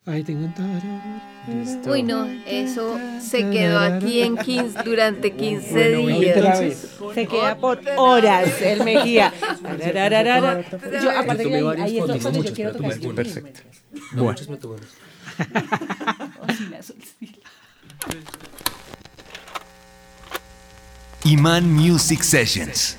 Ahí tengo. Listo. Uy, no, eso se quedó aquí en 15, durante 15 Bueno, días. otra vez. Se queda por horas el Mejía. Yo, aparte Yo que tomé ahí es varias cuando fotos, yo quiero pero tocar. tomé Perfecto. No, muchas me tomaron. Iman Music Sessions.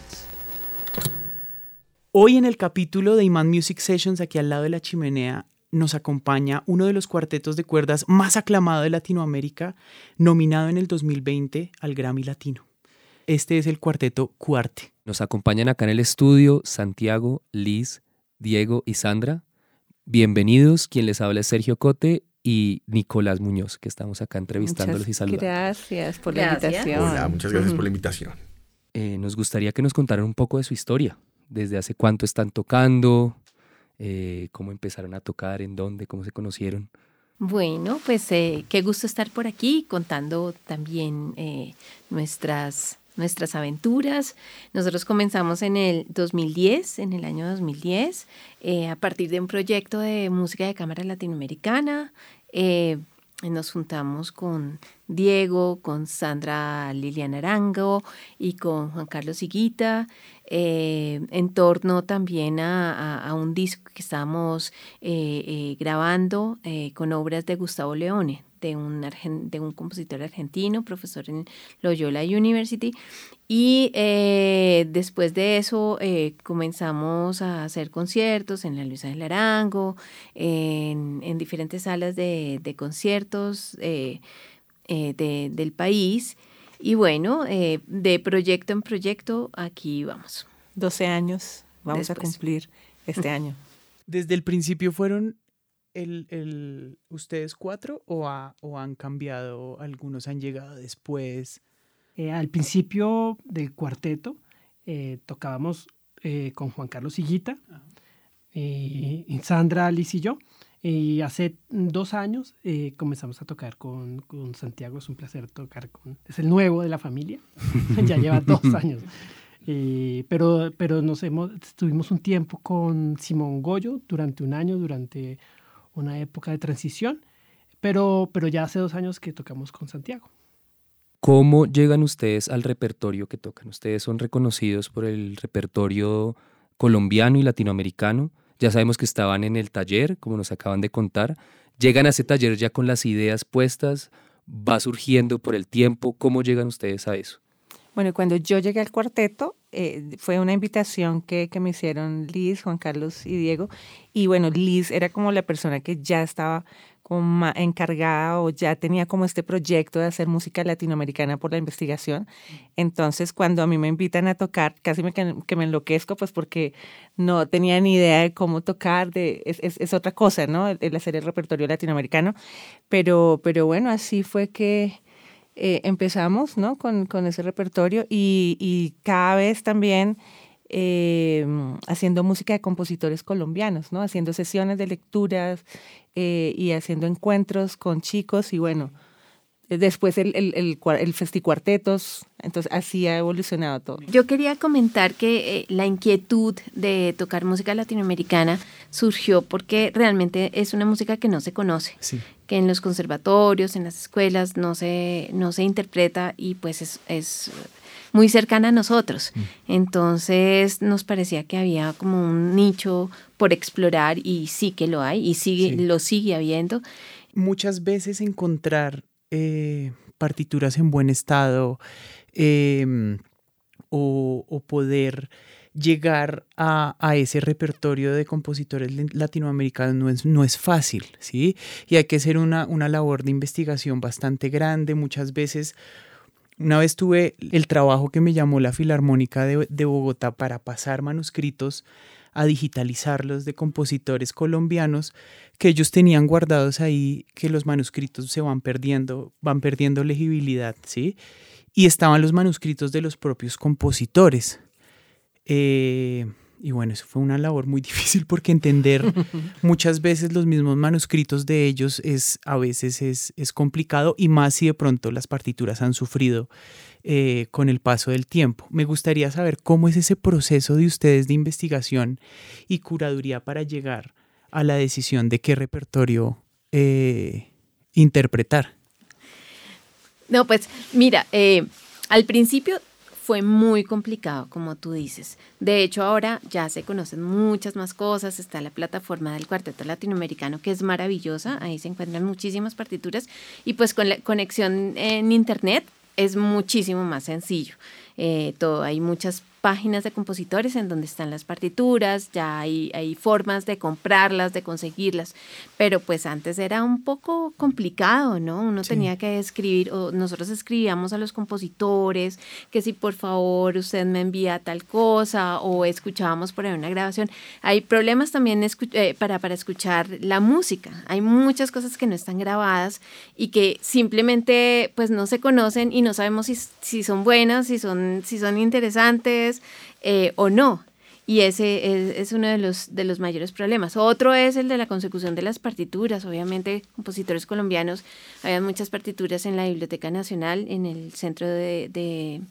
Hoy en el capítulo de Iman Music Sessions, aquí al lado de la chimenea, nos acompaña uno de los cuartetos de cuerdas más aclamado de Latinoamérica, nominado en el 2020 al Grammy Latino. Este es el cuarteto Cuarte. Nos acompañan acá en el estudio Santiago, Liz, Diego y Sandra. Bienvenidos, quien les habla es Sergio Cote y Nicolás Muñoz, que estamos acá entrevistándolos y saludando. Gracias por la Gracias. invitación. Hola, muchas gracias por la invitación. Nos gustaría que nos contaran un poco de su historia. ¿Desde hace cuánto están tocando? ¿Cómo empezaron a tocar? ¿En dónde? ¿Cómo se conocieron? Bueno, pues qué gusto estar por aquí contando también nuestras aventuras. Nosotros comenzamos en el 2010, en el año 2010, a partir de un proyecto de música de cámara latinoamericana. Nos juntamos con Diego, con Sandra Liliana Arango y con Juan Carlos Higuita, en torno también a un disco que estábamos grabando con obras de Gustavo Leone, de un compositor argentino, profesor en Loyola University. Y después de eso comenzamos a hacer conciertos en la Luisa del Arango, en diferentes salas de conciertos del país. Y bueno, de proyecto en proyecto, aquí vamos. 12 años vamos Después. a cumplir este año. ¿Desde el principio fueron ustedes cuatro o han cambiado? Algunos han llegado después. Al principio del cuarteto tocábamos con Juan Carlos Higuita, y Sandra, Liz y yo. Y hace 2 años comenzamos a tocar con Santiago. Es un placer tocar es el nuevo de la familia. Ya lleva 2 años. Pero estuvimos un tiempo con Simón Goyo durante 1 año, durante una época de transición. Pero ya hace 2 años que tocamos con Santiago. ¿Cómo llegan ustedes al repertorio que tocan? Ustedes son reconocidos por el repertorio colombiano y latinoamericano. Ya sabemos que estaban en el taller, como nos acaban de contar. ¿Llegan a ese taller ya con las ideas puestas? ¿Va surgiendo por el tiempo? ¿Cómo llegan ustedes a eso? Bueno, cuando yo llegué al cuarteto, fue una invitación que me hicieron Liz, Juan Carlos y Diego. Y bueno, Liz era como la persona que ya estaba como encargada o ya tenía como este proyecto de hacer música latinoamericana por la investigación. Entonces, cuando a mí me invitan a tocar, casi que me enloquezco, pues porque no tenía ni idea de cómo tocar, es otra cosa, ¿no? El hacer el repertorio latinoamericano. Pero bueno, así fue que empezamos, ¿no? con ese repertorio y cada vez también haciendo música de compositores colombianos, ¿no? Haciendo sesiones de lecturas y haciendo encuentros con chicos y bueno, después el festicuartetos, entonces así ha evolucionado todo. Yo quería comentar que la inquietud de tocar música latinoamericana surgió porque realmente es una música que no se conoce, Sí. que en los conservatorios, en las escuelas no se interpreta y pues es muy cercana a nosotros. Entonces nos parecía que había como un nicho por explorar y sí que lo hay y lo sigue habiendo. Muchas veces encontrar partituras en buen estado o poder llegar a ese repertorio de compositores latinoamericanos no es fácil, ¿sí? Y hay que hacer una labor de investigación bastante grande. Muchas veces, una vez tuve el trabajo que me llamó la Filarmónica de Bogotá para pasar manuscritos a digitalizarlos de compositores colombianos que ellos tenían guardados ahí, que los manuscritos se van perdiendo legibilidad, ¿sí? Y estaban los manuscritos de los propios compositores. Y bueno, eso fue una labor muy difícil porque entender muchas veces los mismos manuscritos de ellos a veces es complicado, y más si de pronto las partituras han sufrido con el paso del tiempo. Me gustaría saber cómo es ese proceso de ustedes de investigación y curaduría para llegar a la decisión de qué repertorio interpretar? No, pues mira, al principio fue muy complicado, como tú dices. De hecho, ahora ya se conocen muchas más cosas. Está la plataforma del Cuarteto Latinoamericano, que es maravillosa. Ahí se encuentran muchísimas partituras. Y pues con la conexión en internet es muchísimo más sencillo. Hay muchas páginas de compositores en donde están las partituras, ya hay formas de comprarlas, de conseguirlas, pero pues antes era un poco complicado, ¿no? Uno tenía que escribir, o nosotros escribíamos a los compositores, que si por favor usted me envía tal cosa, o escuchábamos por ahí una grabación. Hay problemas también para escuchar la música, hay muchas cosas que no están grabadas y que simplemente pues no se conocen y no sabemos si son buenas, si son interesantes o no. Y ese es uno de los mayores problemas. Otro es el de la consecución de las partituras. Obviamente, compositores colombianos, había muchas partituras en la Biblioteca Nacional, en el centro en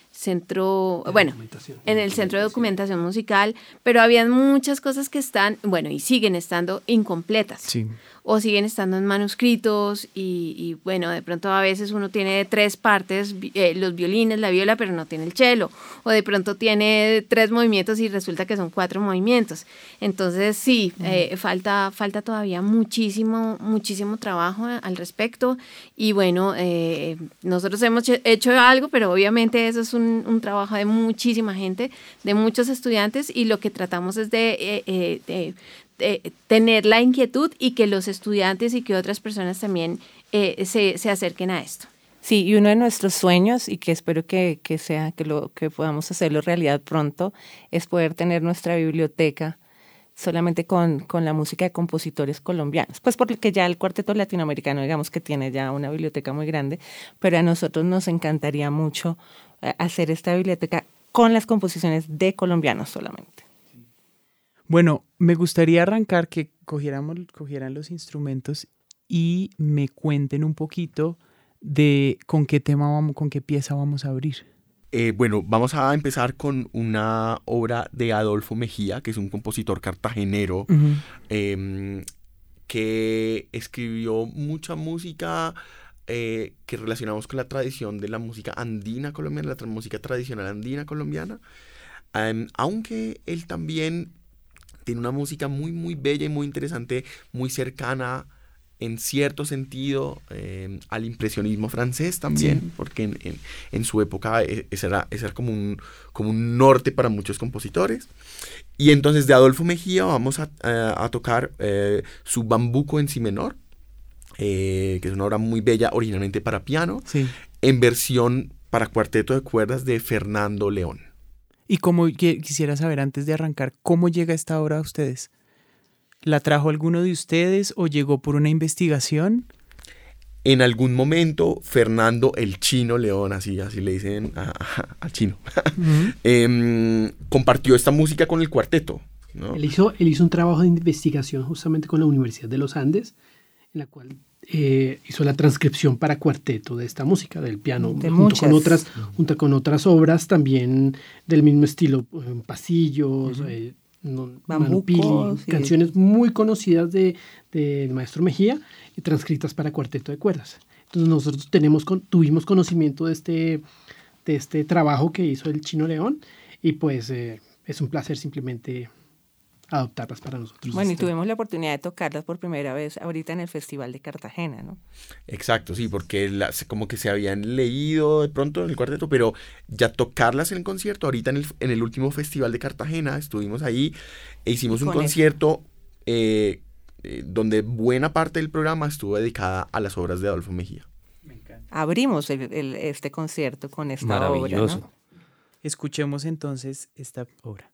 el Centro de Documentación Musical, pero habían muchas cosas que están, y siguen estando incompletas. Sí. O siguen estando en manuscritos y de pronto a veces uno tiene 3 partes, los violines, la viola, pero no tiene el cello. O de pronto tiene 3 movimientos y resulta que son 4 movimientos. Entonces sí, falta todavía muchísimo trabajo al respecto. Y nosotros hemos hecho algo, pero obviamente eso es un trabajo de muchísima gente, de muchos estudiantes, y lo que tratamos es de tener la inquietud y que los estudiantes y que otras personas también se acerquen a esto. Sí, y uno de nuestros sueños, y que espero que podamos hacerlo realidad pronto, es poder tener nuestra biblioteca solamente con la música de compositores colombianos. Pues porque ya el Cuarteto Latinoamericano, digamos que tiene ya una biblioteca muy grande, pero a nosotros nos encantaría mucho hacer esta biblioteca con las composiciones de colombianos solamente. Bueno, me gustaría arrancar que cogieran los instrumentos y me cuenten un poquito de con qué pieza vamos a abrir. Vamos a empezar con una obra de Adolfo Mejía, que es un compositor cartagenero, que escribió mucha música que relacionamos con la tradición de la música andina colombiana, la música tradicional andina colombiana, aunque él también tiene una música muy, muy bella y muy interesante, muy cercana en cierto sentido al impresionismo francés también, sí, porque en su época ese era como un norte para muchos compositores. Y entonces de Adolfo Mejía vamos a tocar su Bambuco en si menor, que es una obra muy bella originalmente para piano, sí, en versión para cuarteto de cuerdas de Fernando León. Y como quisiera saber antes de arrancar, ¿cómo llega esta obra a ustedes? ¿La trajo alguno de ustedes o llegó por una investigación? En algún momento, Fernando el Chino León, así le dicen al chino, compartió esta música con el cuarteto, ¿no? Él hizo un trabajo de investigación justamente con la Universidad de los Andes, en la cual hizo la transcripción para cuarteto de esta música, del piano, junto con otras obras también del mismo estilo, pasillos, Manupili, canciones muy conocidas del maestro Mejía y transcritas para cuarteto de cuerdas. Entonces nosotros tuvimos conocimiento de este trabajo que hizo el Chino León y pues es un placer simplemente adoptarlas para nosotros. Bueno, y tuvimos la oportunidad de tocarlas por primera vez ahorita en el Festival de Cartagena, ¿no? Exacto, sí, porque como que se habían leído de pronto en el cuarteto, pero ya tocarlas en el concierto, ahorita en el último Festival de Cartagena estuvimos ahí e hicimos un concierto donde buena parte del programa estuvo dedicada a las obras de Adolfo Mejía. Me encanta. Abrimos este concierto con esta maravilloso obra, ¿no? Escuchemos entonces esta obra.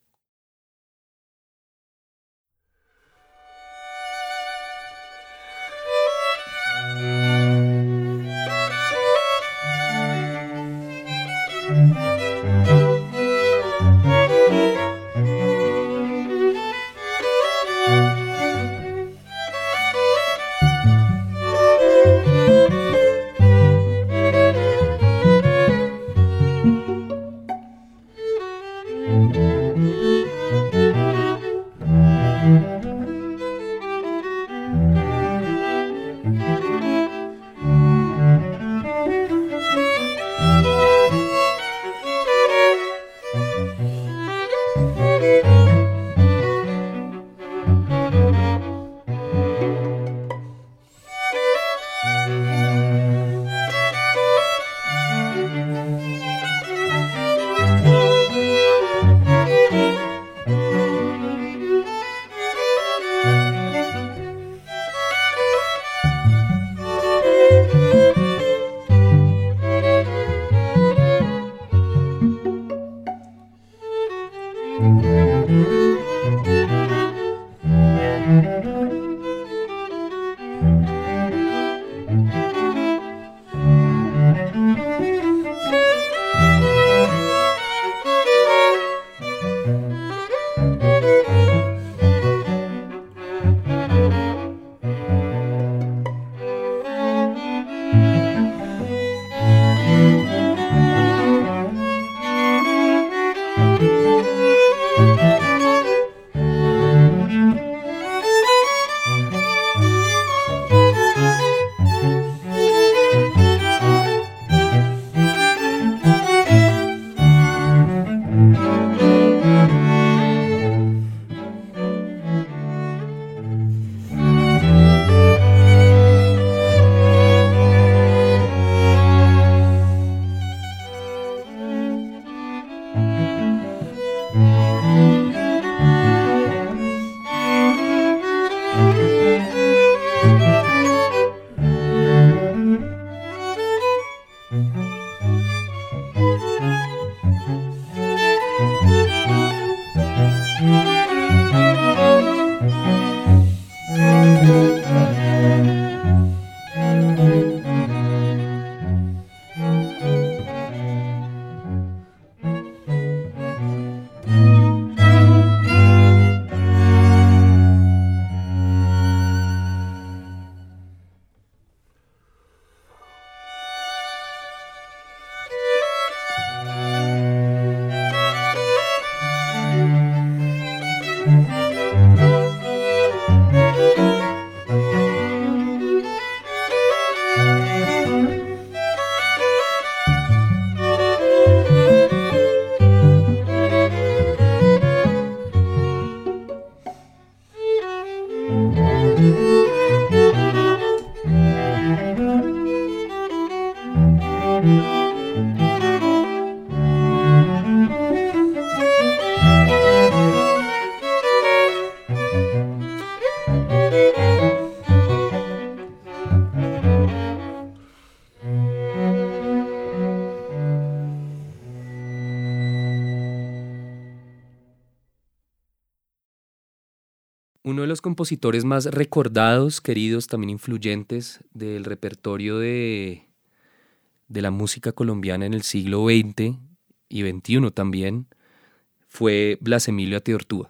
los compositores más recordados, queridos, también influyentes del repertorio de la música colombiana en el siglo XX y XXI también, fue Blas Emilio Atiortúa.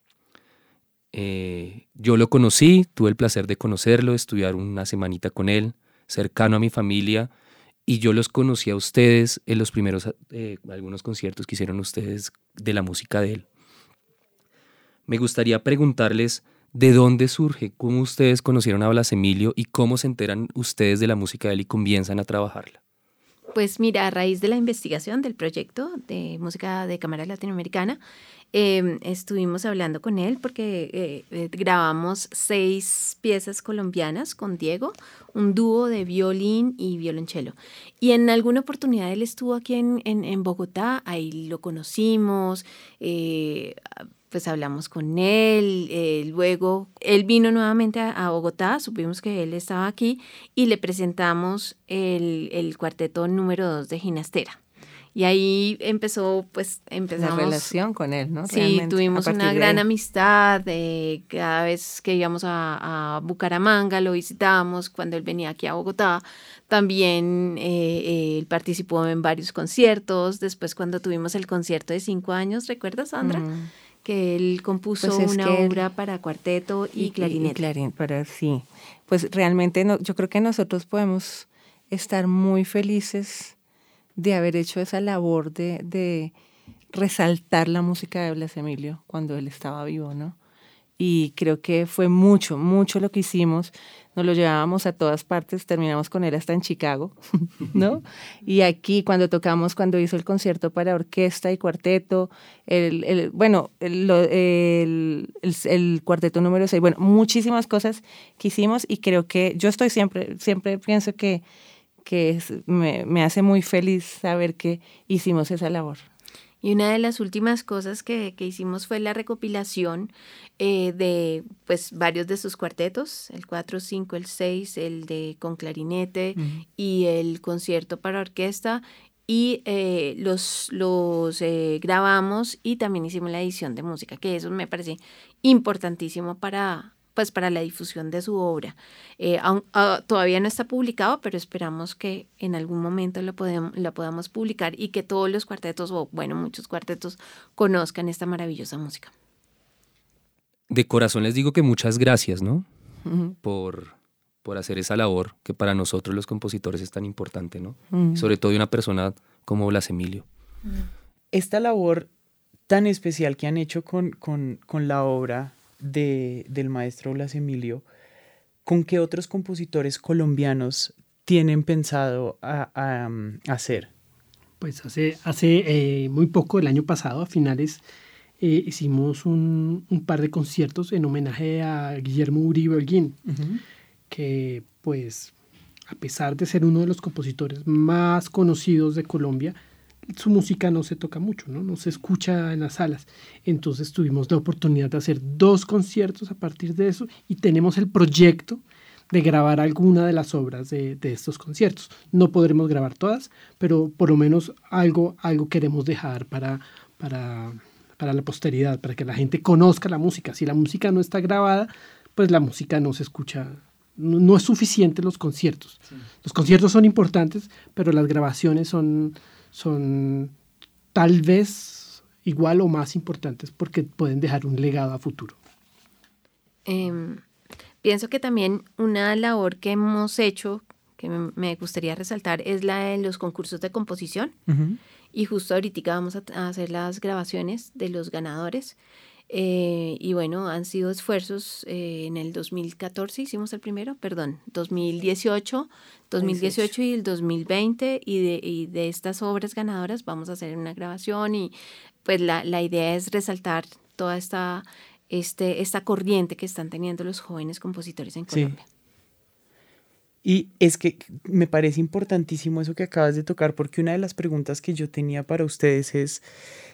Yo lo conocí, tuve el placer de conocerlo, de estudiar una semanita con él, cercano a mi familia, y yo los conocí a ustedes en los primeros, algunos conciertos que hicieron ustedes de la música de él. Me gustaría preguntarles de dónde surge, cómo ustedes conocieron a Blas Emilio y cómo se enteran ustedes de la música de él y comienzan a trabajarla. Pues mira, a raíz de la investigación del proyecto de música de cámara latinoamericana, estuvimos hablando con él porque grabamos 6 piezas colombianas con Diego, un dúo de violín y violonchelo. Y en alguna oportunidad él estuvo aquí en Bogotá, ahí lo conocimos, pues hablamos con él, luego él vino nuevamente a Bogotá, supimos que él estaba aquí y le presentamos el cuarteto número 2 de Ginastera. Y ahí empezamos... La relación con él, ¿no? Sí, Realmente, tuvimos una gran amistad, cada vez que íbamos a Bucaramanga lo visitábamos, cuando él venía aquí a Bogotá, también él participó en varios conciertos, después cuando tuvimos el concierto de 5 años, ¿recuerdas, Sandra? Que él compuso pues una obra para cuarteto y clarinete. Sí, pues realmente yo creo que nosotros podemos estar muy felices de haber hecho esa labor de resaltar la música de Blas Emilio cuando él estaba vivo, ¿no? Y creo que fue mucho lo que hicimos. Nos lo llevábamos a todas partes, terminamos con él hasta en Chicago, ¿no? Y aquí cuando hizo el concierto para orquesta y cuarteto, el cuarteto número 6, bueno, muchísimas cosas que hicimos y creo que yo estoy siempre pienso que me hace muy feliz saber que hicimos esa labor. Y una de las últimas cosas que hicimos fue la recopilación de pues varios de sus cuartetos, el 4, 5, el 6, el de con clarinete y el concierto para orquesta, y los grabamos y también hicimos la edición de música, que eso me parece importantísimo para la difusión de su obra. Todavía no está publicado, pero esperamos que en algún momento la podamos publicar y que todos los cuartetos, o bueno, muchos cuartetos, conozcan esta maravillosa música. De corazón les digo que muchas gracias, ¿no? Por hacer esa labor que para nosotros los compositores es tan importante, ¿no? Sobre todo de una persona como Blas Emilio. Esta labor tan especial que han hecho con la obra del maestro Blas Emilio, ¿con qué otros compositores colombianos tienen pensado a hacer? Pues hace muy poco, el año pasado, a finales, hicimos un par de conciertos en homenaje a Guillermo Uribe Holguín, que pues a pesar de ser uno de los compositores más conocidos de Colombia, su música no se toca mucho, ¿no? Se escucha en las salas. Entonces tuvimos la oportunidad de hacer 2 conciertos a partir de eso y tenemos el proyecto de grabar alguna de las obras de estos conciertos. No podremos grabar todas, pero por lo menos algo queremos dejar para la posteridad, para que la gente conozca la música. Si la música no está grabada, pues la música no se escucha. No es suficiente los conciertos. Sí. Los conciertos son importantes, pero las grabaciones son tal vez igual o más importantes porque pueden dejar un legado a futuro. Pienso que también una labor que hemos hecho, que me gustaría resaltar, es la de los concursos de composición. Y justo ahorita vamos a hacer las grabaciones de los ganadores. Y bueno, han sido esfuerzos. En el 2014 hicimos el primero, 2018 y el 2020, y de estas obras ganadoras vamos a hacer una grabación, y pues la idea es resaltar toda esta corriente que están teniendo los jóvenes compositores en Colombia. Sí. Y es que me parece importantísimo eso que acabas de tocar, porque una de las preguntas que yo tenía para ustedes es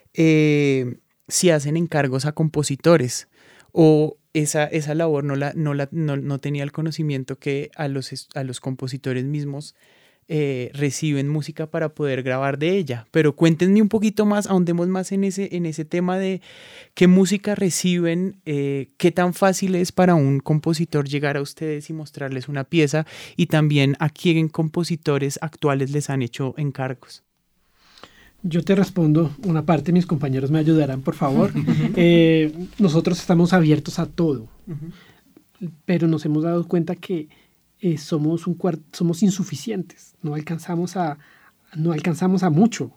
si hacen encargos a compositores, o esa labor no tenía el conocimiento que a los compositores mismos reciben música para poder grabar de ella. Pero cuéntenme un poquito más, ahondemos más en ese tema de qué música reciben, qué tan fácil es para un compositor llegar a ustedes y mostrarles una pieza, y también a quién compositores actuales les han hecho encargos. Yo te respondo una parte, mis compañeros me ayudarán, por favor. Nosotros estamos abiertos a todo, pero nos hemos dado cuenta que somos insuficientes, no alcanzamos a mucho.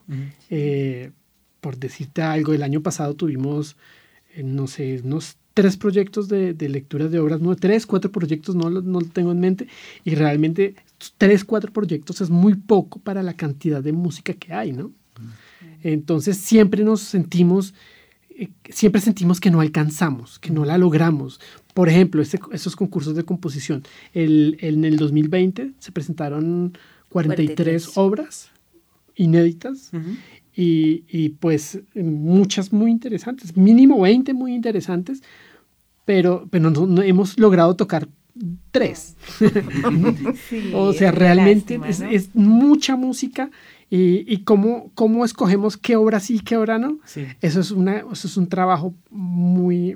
Por decirte algo, el año pasado tuvimos, no sé, unos 3 proyectos de lecturas de obras, 3, 4 proyectos, no lo tengo en mente, y realmente 3, 4 proyectos es muy poco para la cantidad de música que hay, ¿no? Entonces siempre sentimos que no alcanzamos, que no la logramos. Por ejemplo, estos concursos de composición. En el 2020 se presentaron 43 obras inéditas, y pues muchas muy interesantes, mínimo 20 muy interesantes, pero no hemos logrado tocar 3. Sí, o sea, es realmente lástima, ¿no? es mucha música. Y cómo escogemos qué obra sí y qué obra no. Sí. Eso es un trabajo muy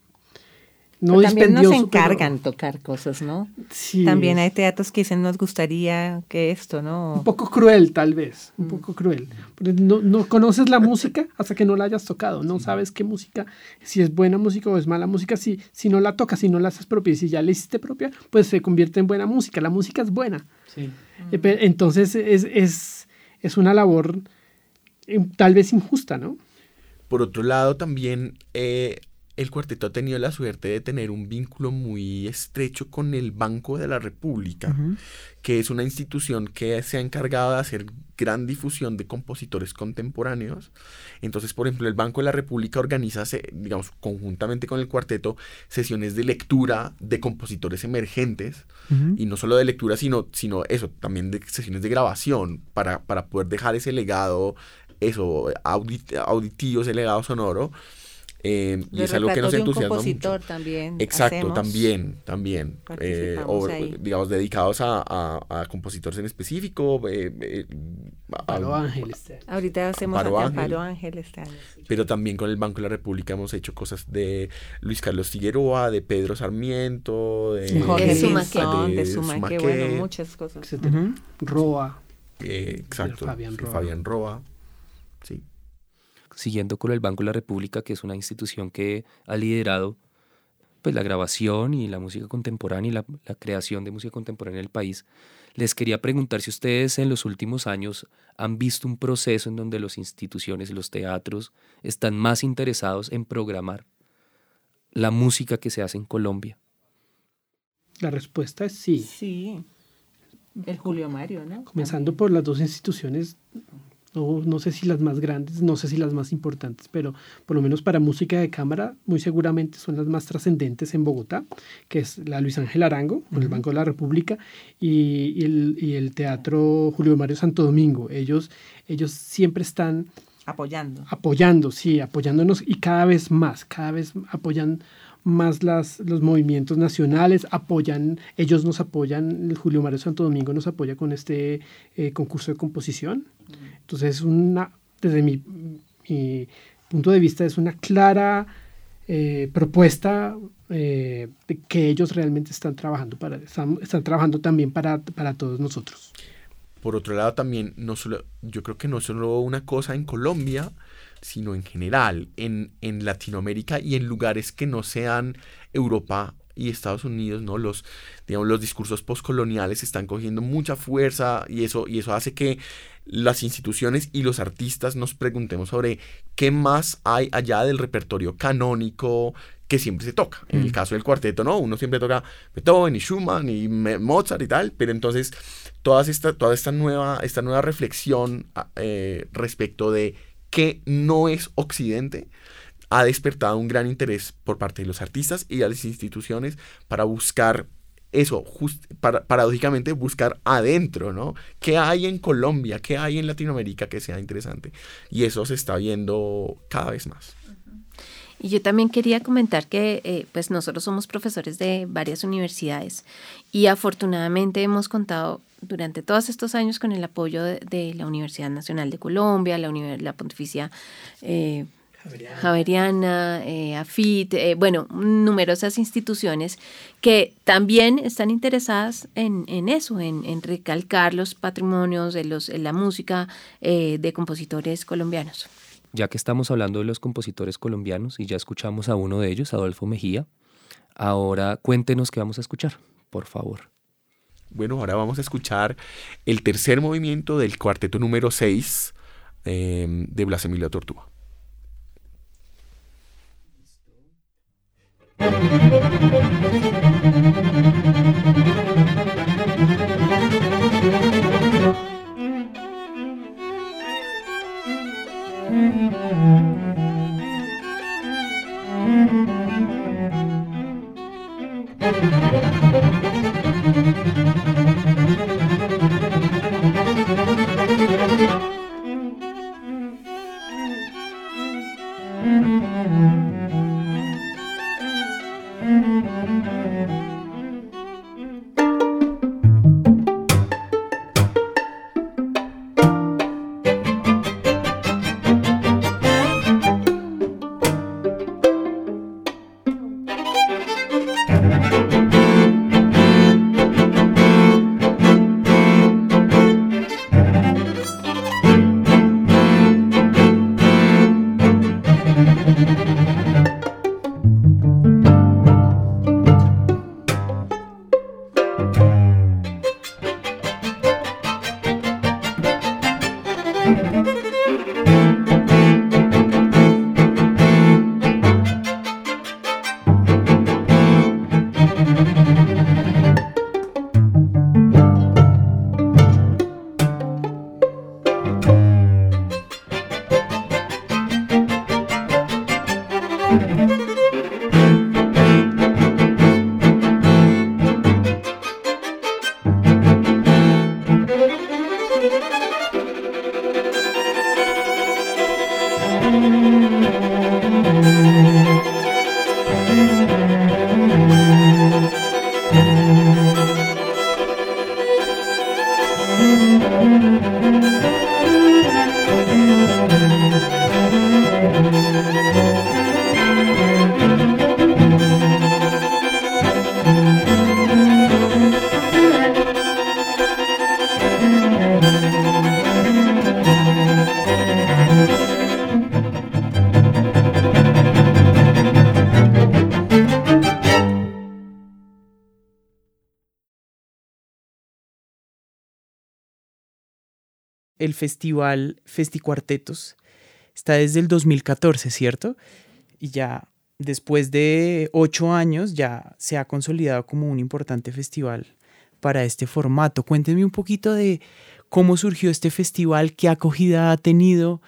Pero también nos dispendioso, encargan tocar cosas, ¿no? Sí, También hay teatros que dicen, nos gustaría que esto, ¿no? un poco cruel, tal vez, un poco cruel. Porque no conoces la música hasta que no la hayas tocado. No sabes qué música, si es buena música o es mala música. Si no la tocas, si no la haces propia, y si ya la hiciste propia, pues se convierte en buena música. La música es buena. Sí. Entonces es una labor tal vez injusta, ¿no? Por otro lado, también el cuarteto ha tenido la suerte de tener un vínculo muy estrecho con el Banco de la República, que es una institución que se ha encargado de hacer gran difusión de compositores contemporáneos. Entonces, por ejemplo, el Banco de la República organiza, digamos, conjuntamente con el cuarteto, sesiones de lectura de compositores emergentes, y no solo de lectura, sino eso, también de sesiones de grabación, para poder dejar ese legado, auditivo, ese legado sonoro. Y es algo que nos entusiasma mucho. También exacto, hacemos. también Participamos ahí. digamos, dedicados a compositores en específico. Amparo Ángel. Ahorita hacemos Amparo Ángel este año. Pero también con el Banco de la República hemos hecho cosas de Luis Carlos Figueroa, de Pedro Sarmiento, de Jorge Sumaque. de Sumaque, bueno, muchas cosas. Etcétera. Roa. Exacto, Fabián Roa. Sí. Siguiendo con el Banco de la República, que es una institución que ha liderado pues, la grabación y la música contemporánea y la creación de música contemporánea en el país, les quería preguntar si ustedes en los últimos años han visto un proceso en donde las instituciones y los teatros están más interesados en programar la música que se hace en Colombia. La respuesta es sí. Sí, el Julio Mario, ¿no? Comenzando por las 2 instituciones, no sé si las más grandes, no sé si las más importantes, pero por lo menos para música de cámara, muy seguramente son las más trascendentes en Bogotá, que es la Luis Ángel Arango, con el Banco de la República, y el Teatro Julio Mario Santo Domingo. Ellos siempre están apoyándonos, y cada vez apoyan más los movimientos nacionales, ellos nos apoyan, el Julio Mario Santo Domingo nos apoya con este concurso de composición. Entonces, desde mi punto de vista, es una clara propuesta de que ellos realmente están trabajando están trabajando también para todos nosotros. Por otro lado, también, yo creo que no solo una cosa en Colombia, sino en general, en Latinoamérica y en lugares que no sean Europa y Estados Unidos, ¿no? Los discursos postcoloniales están cogiendo mucha fuerza, y eso hace que las instituciones y los artistas nos preguntemos sobre qué más hay allá del repertorio canónico que siempre se toca. En el caso del cuarteto, ¿no? Uno siempre toca Beethoven y Schumann y Mozart y tal, pero entonces toda esta nueva reflexión respecto de qué no es Occidente ha despertado un gran interés por parte de los artistas y de las instituciones para buscar eso, paradójicamente buscar adentro, ¿no? ¿Qué hay en Colombia? ¿Qué hay en Latinoamérica que sea interesante? Y eso se está viendo cada vez más. Y yo también quería comentar que pues nosotros somos profesores de varias universidades y afortunadamente hemos contado durante todos estos años con el apoyo de la Universidad Nacional de Colombia, la Pontificia Javeriana, AFIT, numerosas instituciones que también están interesadas en eso, en recalcar los patrimonios de la música de compositores colombianos. Ya que estamos hablando de los compositores colombianos y ya escuchamos a uno de ellos, Adolfo Mejía, ahora cuéntenos qué vamos a escuchar, por favor. Bueno, ahora vamos a escuchar el tercer movimiento del cuarteto número 6 de Blas Emilio Tortúa. El festival Festicuartetos está desde el 2014, ¿cierto? Y ya después de 8 años ya se ha consolidado como un importante festival para este formato. Cuéntenme un poquito de cómo surgió este festival, qué acogida ha tenido,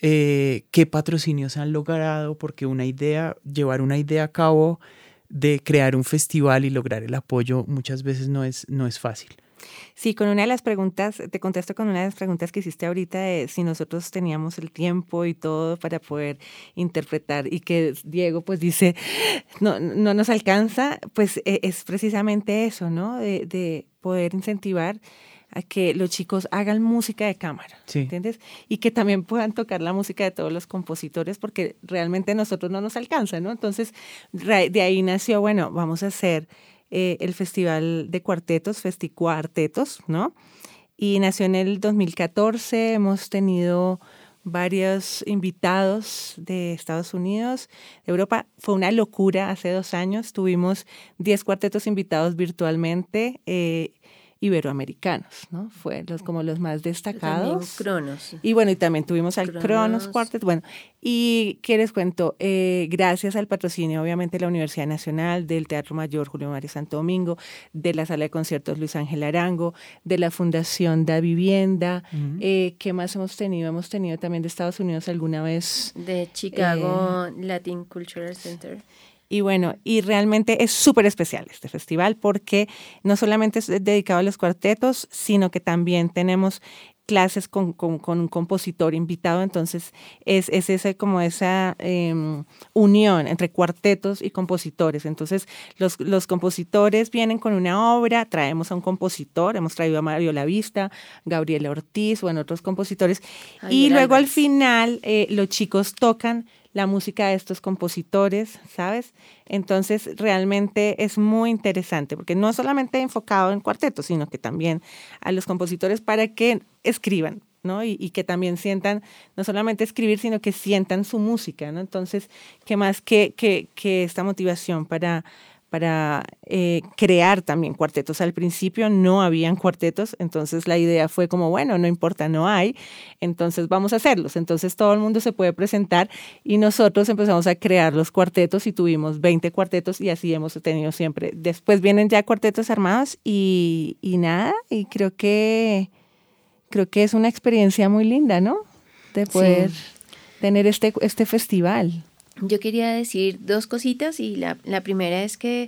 qué patrocinios han logrado, porque llevar una idea a cabo de crear un festival y lograr el apoyo muchas veces no es fácil. Sí, con una de las preguntas, te contesto con una de las preguntas que hiciste ahorita de si nosotros teníamos el tiempo y todo para poder interpretar y que Diego pues dice no nos alcanza, pues es precisamente eso, ¿no? De poder incentivar a que los chicos hagan música de cámara, sí. ¿Entiendes? Y que también puedan tocar la música de todos los compositores porque realmente a nosotros no nos alcanza, ¿no? Entonces, de ahí nació, bueno, vamos a hacer el Festival de Cuartetos, Festicuartetos, ¿no? Y nació en el 2014, hemos tenido varios invitados de Estados Unidos, de Europa. Fue una locura hace 2 años, tuvimos 10 cuartetos invitados virtualmente, iberoamericanos, ¿no? Fue como los más destacados. También Cronos. Y bueno, y también tuvimos al Cronos Quartet. Bueno, y ¿qué les cuento? Gracias al patrocinio, obviamente, de la Universidad Nacional, del Teatro Mayor Julio Mario Santo Domingo, de la Sala de Conciertos Luis Ángel Arango, de la Fundación Da Vivienda. ¿Qué más hemos tenido? Hemos tenido también de Estados Unidos alguna vez. De Chicago Latin Cultural Center. Y bueno, y realmente es súper especial este festival porque no solamente es dedicado a los cuartetos, sino que también tenemos clases con un compositor invitado, entonces es esa, como esa unión entre cuartetos y compositores. Entonces los compositores vienen con una obra, traemos a un compositor, hemos traído a Mario Lavista, Gabriela Ortiz, bueno, otros compositores, y luego al final los chicos tocan la música de estos compositores, ¿sabes? Entonces, realmente es muy interesante, porque no solamente enfocado en cuartetos, sino que también a los compositores para que escriban, ¿no? Y que también sientan, no solamente escribir, sino que sientan su música, ¿no? Entonces, ¿qué más que esta motivación para crear también cuartetos? Al principio no habían cuartetos, entonces la idea fue como, bueno, no importa, no hay, entonces vamos a hacerlos. Entonces todo el mundo se puede presentar y nosotros empezamos a crear los cuartetos y tuvimos 20 cuartetos y así hemos tenido siempre. Después vienen ya cuartetos armados y nada, y creo que es una experiencia muy linda, ¿no? De poder tener este festival. Yo quería decir dos cositas y la primera es que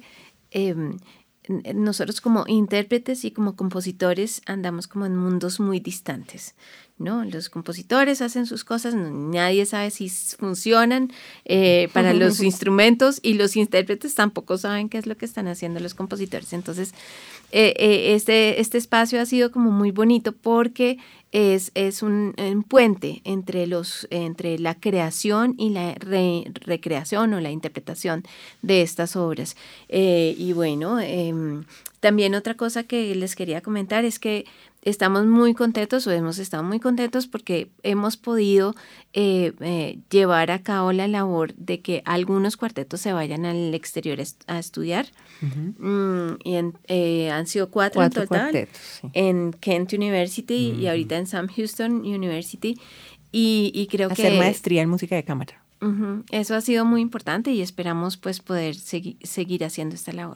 nosotros como intérpretes y como compositores andamos como en mundos muy distantes, ¿no? Los compositores hacen sus cosas, nadie sabe si funcionan para los instrumentos y los intérpretes tampoco saben qué es lo que están haciendo los compositores. Entonces, este espacio ha sido como muy bonito porque es un puente entre la creación y la recreación o la interpretación de estas obras. Y bueno, también otra cosa que les quería comentar es que estamos muy contentos o hemos estado muy contentos porque hemos podido llevar a cabo la labor de que algunos cuartetos se vayan al exterior a estudiar. Uh-huh. Han sido cuatro en total, cuartetos, sí. En Kent University y ahorita en Sam Houston University. Y creo que hacer maestría en música de cámara. Uh-huh. Eso ha sido muy importante y esperamos pues poder seguir haciendo esta labor.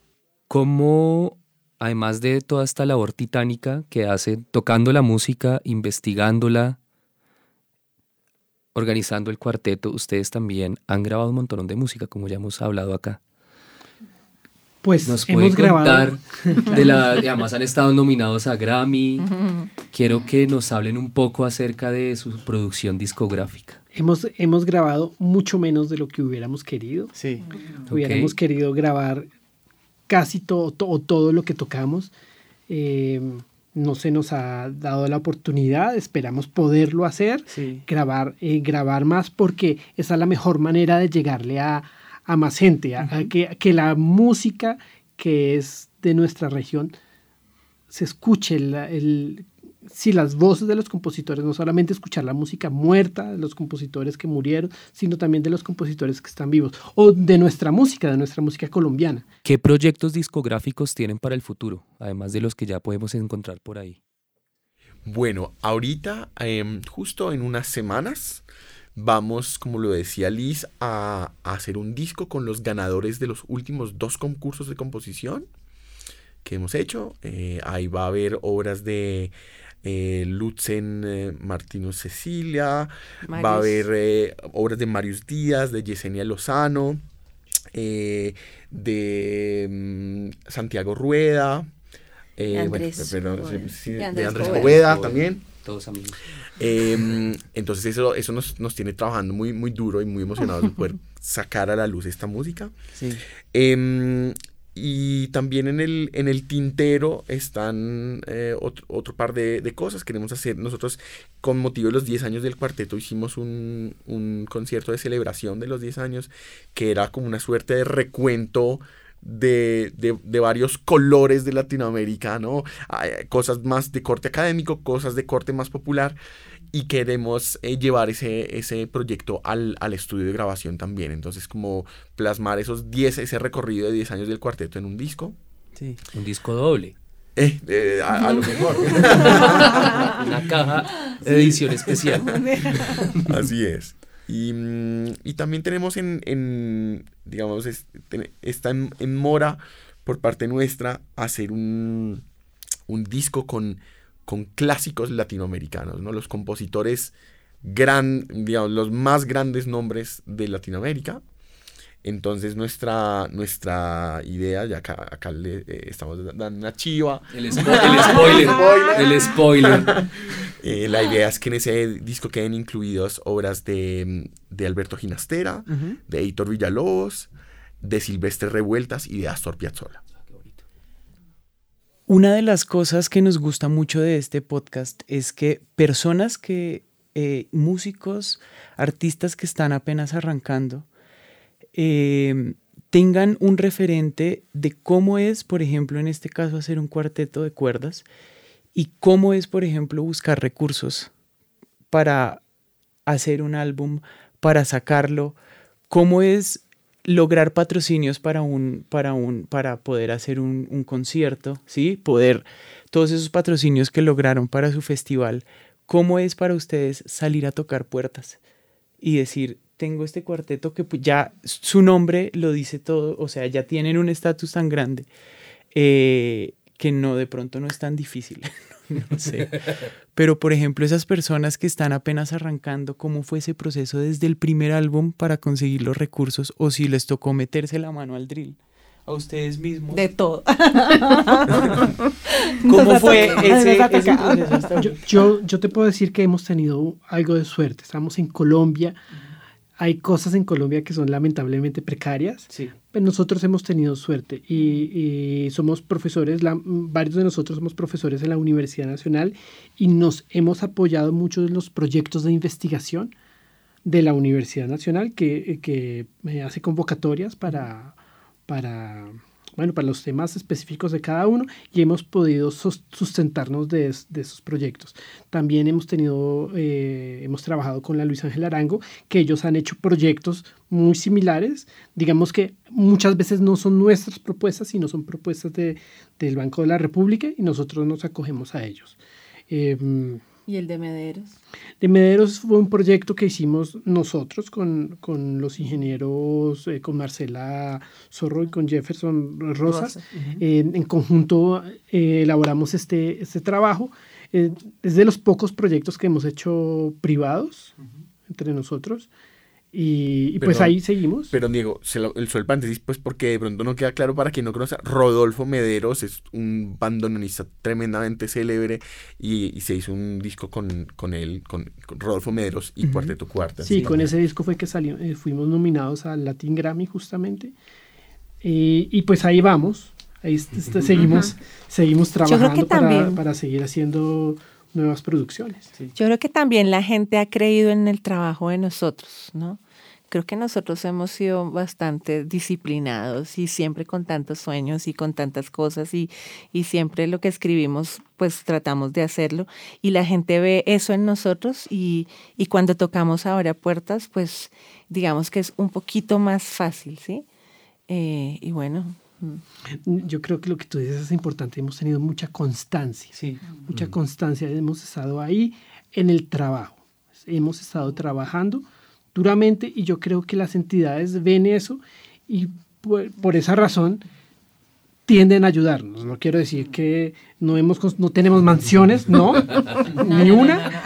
¿Cómo, además de toda esta labor titánica que hacen, tocando la música, investigándola, organizando el cuarteto, ustedes también han grabado un montón de música, como ya hemos hablado acá? Pues nos hemos grabado. Además han estado nominados a Grammy. Quiero que nos hablen un poco acerca de su producción discográfica. Hemos grabado mucho menos de lo que hubiéramos querido. Sí. Hubiéramos querido grabar casi todo lo que tocamos. No se nos ha dado la oportunidad, esperamos poderlo hacer, sí. grabar más, porque esa es la mejor manera de llegarle a más gente, a que la música que es de nuestra región se escuche, las voces de los compositores, no solamente escuchar la música muerta de los compositores que murieron, sino también de los compositores que están vivos, o de nuestra música colombiana. ¿Qué proyectos discográficos tienen para el futuro, además de los que ya podemos encontrar por ahí? Bueno, ahorita, justo en unas semanas, vamos, como lo decía Liz, a hacer un disco con los ganadores de los últimos 2 concursos de composición que hemos hecho. Ahí va a haber obras de Lutzen Martínez Cecilia, va a haber obras de Marius Díaz, de Yesenia Lozano, de Santiago Rueda, de Andrés Poveda también. Todos amigos. Entonces eso nos tiene trabajando muy, muy duro y muy emocionados de poder sacar a la luz esta música. Sí. Y también en el tintero están otro par de cosas. Queremos hacer, nosotros con motivo de los 10 años del cuarteto hicimos un concierto de celebración de los 10 años que era como una suerte de recuento de varios colores de Latinoamérica, ¿no? Cosas más de corte académico, cosas de corte más popular, y queremos llevar ese proyecto al estudio de grabación también. Entonces, como plasmar ese recorrido de 10 años del cuarteto en un disco. Sí. Un disco doble. A lo mejor. Una caja de edición especial. Así es. Y también tenemos digamos, está en mora por parte nuestra hacer un disco con clásicos latinoamericanos, ¿no? Los compositores digamos, los más grandes nombres de Latinoamérica. Entonces nuestra idea, ya acá le estamos dando una chiva. El spoiler. La idea es que en ese disco queden incluidas obras de Alberto Ginastera, de Heitor Villalobos, de Silvestre Revueltas y de Astor Piazzolla. Una de las cosas que nos gusta mucho de este podcast es que personas músicos, artistas que están apenas arrancando, tengan un referente de cómo es, por ejemplo, en este caso, hacer un cuarteto de cuerdas y cómo es, por ejemplo, buscar recursos para hacer un álbum, para sacarlo, cómo es lograr patrocinios para poder hacer un concierto, ¿sí? Todos esos patrocinios que lograron para su festival, ¿cómo es para ustedes salir a tocar puertas y decir, tengo este cuarteto que ya su nombre lo dice todo, o sea, ya tienen un estatus tan grande que no, de pronto no es tan difícil, no sé. Pero, por ejemplo, esas personas que están apenas arrancando, ¿cómo fue ese proceso desde el primer álbum para conseguir los recursos? O si les tocó meterse la mano al drill, a ustedes mismos. De todo. ¿Cómo fue ese proceso? Yo te puedo decir que hemos tenido algo de suerte. Estamos en Colombia. Hay cosas en Colombia que son lamentablemente precarias, sí. Pero nosotros hemos tenido suerte y somos profesores, varios de nosotros somos profesores en la Universidad Nacional y nos hemos apoyado mucho en los proyectos de investigación de la Universidad Nacional que hace convocatorias para los temas específicos de cada uno y hemos podido sustentarnos de esos proyectos. También hemos trabajado con la Luis Ángel Arango, que ellos han hecho proyectos muy similares. Digamos que muchas veces no son nuestras propuestas, sino son propuestas del Banco de la República y nosotros nos acogemos a ellos. ¿Y el de Mederos? De Mederos fue un proyecto que hicimos nosotros con los ingenieros, con Marcela Zorro y con Jefferson Rosas. En conjunto elaboramos este trabajo. Es de los pocos proyectos que hemos hecho privados entre nosotros. Y pues ahí seguimos. Pero Diego, el paréntesis, pues porque de pronto no queda claro para quien no conoce. Rodolfo Mederos es un bandoneonista tremendamente célebre y se hizo un disco con Rodolfo Mederos y Cuarteto Cuartas. Sí, con ese disco fue que fuimos nominados al Latin Grammy justamente. Y pues ahí vamos. Ahí seguimos trabajando para seguir haciendo nuevas producciones. Sí. Yo creo que también la gente ha creído en el trabajo de nosotros, ¿no? Creo que nosotros hemos sido bastante disciplinados y siempre con tantos sueños y con tantas cosas y siempre lo que escribimos pues tratamos de hacerlo y la gente ve eso en nosotros y cuando tocamos ahora puertas pues digamos que es un poquito más fácil, ¿sí? Y bueno... Yo creo que lo que tú dices es importante. Hemos tenido mucha constancia. Sí. Mucha constancia. Hemos estado ahí en el trabajo. Hemos estado trabajando duramente y yo creo que las entidades ven eso y por esa razón tienden a ayudarnos. No quiero decir que no tenemos mansiones, no, ni una.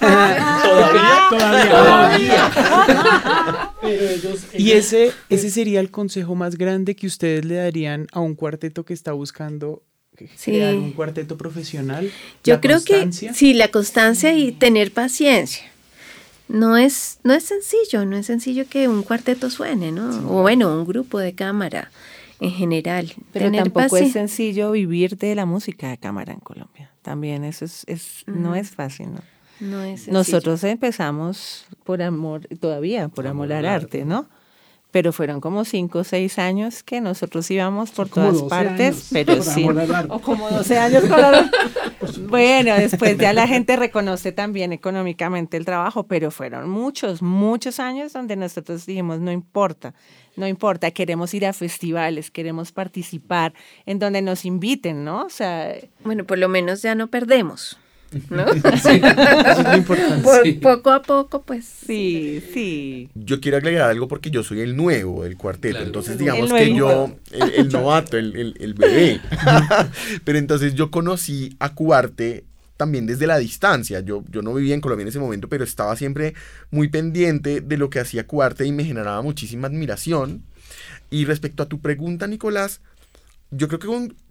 Todavía. Pero y ese sería el consejo más grande que ustedes le darían a un cuarteto que está buscando crear un cuarteto profesional. Yo creo que sí, la constancia y tener paciencia. No es sencillo que un cuarteto suene, ¿no? Sí. O bueno, un grupo de cámara en general. Pero tampoco es sencillo vivir de la música de cámara en Colombia. También eso no es fácil, ¿no? No es sencillo. Nosotros empezamos por amor, todavía por amor al arte, ¿no? Pero fueron como 5 o 6 años que nosotros íbamos por todas partes, pero sí. O como 12 años. Bueno, después ya la gente reconoce también económicamente el trabajo, pero fueron muchos años donde nosotros dijimos, no importa, queremos ir a festivales, queremos participar en donde nos inviten, ¿no? O sea, bueno, por lo menos ya no perdemos, ¿no? Sí, eso es lo importante. Poco a poco, pues. Sí. Yo quiero agregar algo porque yo soy el nuevo del cuarteto, claro. Entonces digamos que yo, el novato, el bebé, pero entonces yo conocí a Cuarte también desde la distancia. Yo no vivía en Colombia en ese momento, pero estaba siempre muy pendiente de lo que hacía Cuarte y me generaba muchísima admiración. Y respecto a tu pregunta, Nicolás, yo creo que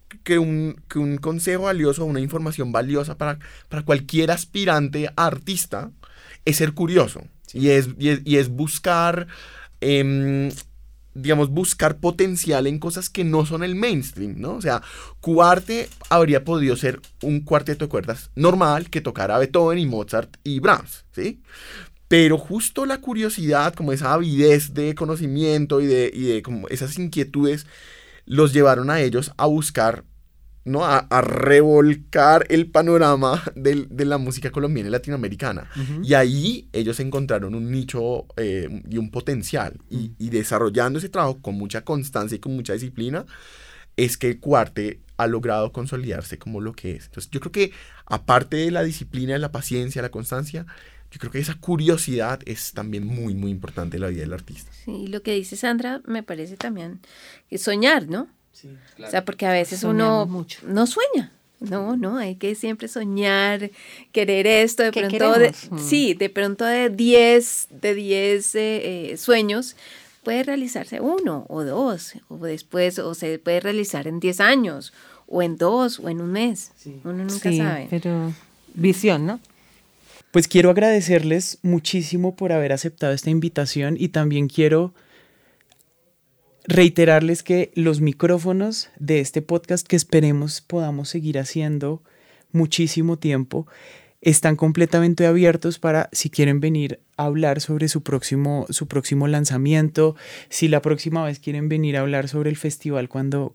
que un consejo valioso, una información valiosa para cualquier aspirante a artista es ser curioso. Sí. Y es buscar, digamos, buscar potencial en cosas que no son el mainstream, ¿no? O sea, Cuarte habría podido ser un cuarteto de cuerdas normal que tocara Beethoven y Mozart y Brahms, ¿sí? Pero justo la curiosidad, como esa avidez de conocimiento y de como esas inquietudes, los llevaron a ellos a buscar, ¿no? A revolcar el panorama de la música colombiana y latinoamericana. Uh-huh. Y ahí ellos encontraron un nicho y un potencial. Uh-huh. Y desarrollando ese trabajo con mucha constancia y con mucha disciplina, es que el Cuarte ha logrado consolidarse como lo que es. Entonces yo creo que aparte de la disciplina, de la paciencia, la constancia, yo creo que esa curiosidad es también muy, muy importante en la vida del artista. Sí, lo que dice Sandra me parece también que soñar, ¿no? Sí, claro. O sea, porque a veces Soñamos uno mucho. no sueña. No, hay que siempre soñar, querer esto, de ¿Qué pronto, sí, de pronto de 10 sueños, puede realizarse 1 o 2, o después, o se puede realizar en 10 años, o en 2, o en un mes. Sí. Uno nunca sabe. Pero visión, ¿no? Pues quiero agradecerles muchísimo por haber aceptado esta invitación y también quiero reiterarles que los micrófonos de este podcast, que esperemos podamos seguir haciendo muchísimo tiempo, están completamente abiertos para si quieren venir a hablar sobre su próximo lanzamiento, si la próxima vez quieren venir a hablar sobre el festival cuando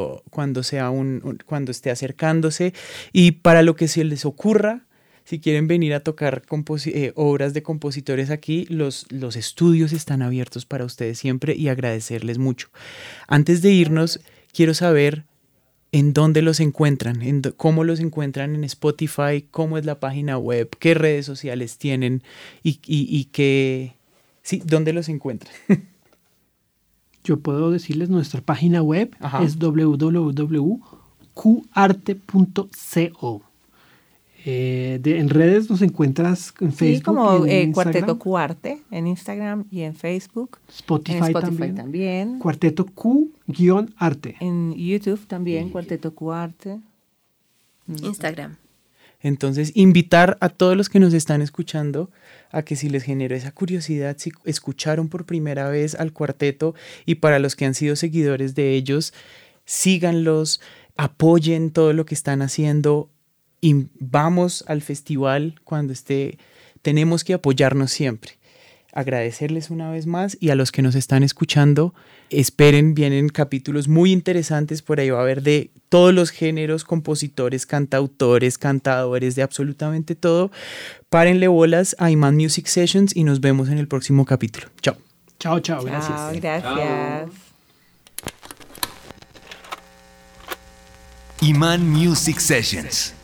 esté acercándose, y para lo que se les ocurra. Si quieren venir a tocar obras de compositores aquí, los estudios están abiertos para ustedes siempre, y agradecerles mucho. Antes de irnos, quiero saber en dónde los encuentran, cómo los encuentran en Spotify, cómo es la página web, qué redes sociales tienen y qué, sí, dónde los encuentran. Yo puedo decirles, nuestra página web es www.cuarte.co. En redes nos encuentras en Facebook. Sí, como en Cuarteto Cuarte en Instagram y en Facebook. Spotify también. Cuarteto Q-Arte. En YouTube también, Cuarteto Cuarte. Instagram. Entonces, invitar a todos los que nos están escuchando a que si les generó esa curiosidad, si escucharon por primera vez al cuarteto, y para los que han sido seguidores de ellos, síganlos, apoyen todo lo que están haciendo. Y vamos al festival cuando esté. Tenemos que apoyarnos siempre. Agradecerles una vez más, y a los que nos están escuchando, esperen, vienen capítulos muy interesantes. Por ahí va a haber de todos los géneros, compositores, cantautores, cantadores, de absolutamente todo. Párenle bolas a Iman Music Sessions y nos vemos en el próximo capítulo. Chao. Chao, gracias. Gracias. Chao. Iman Music Sessions.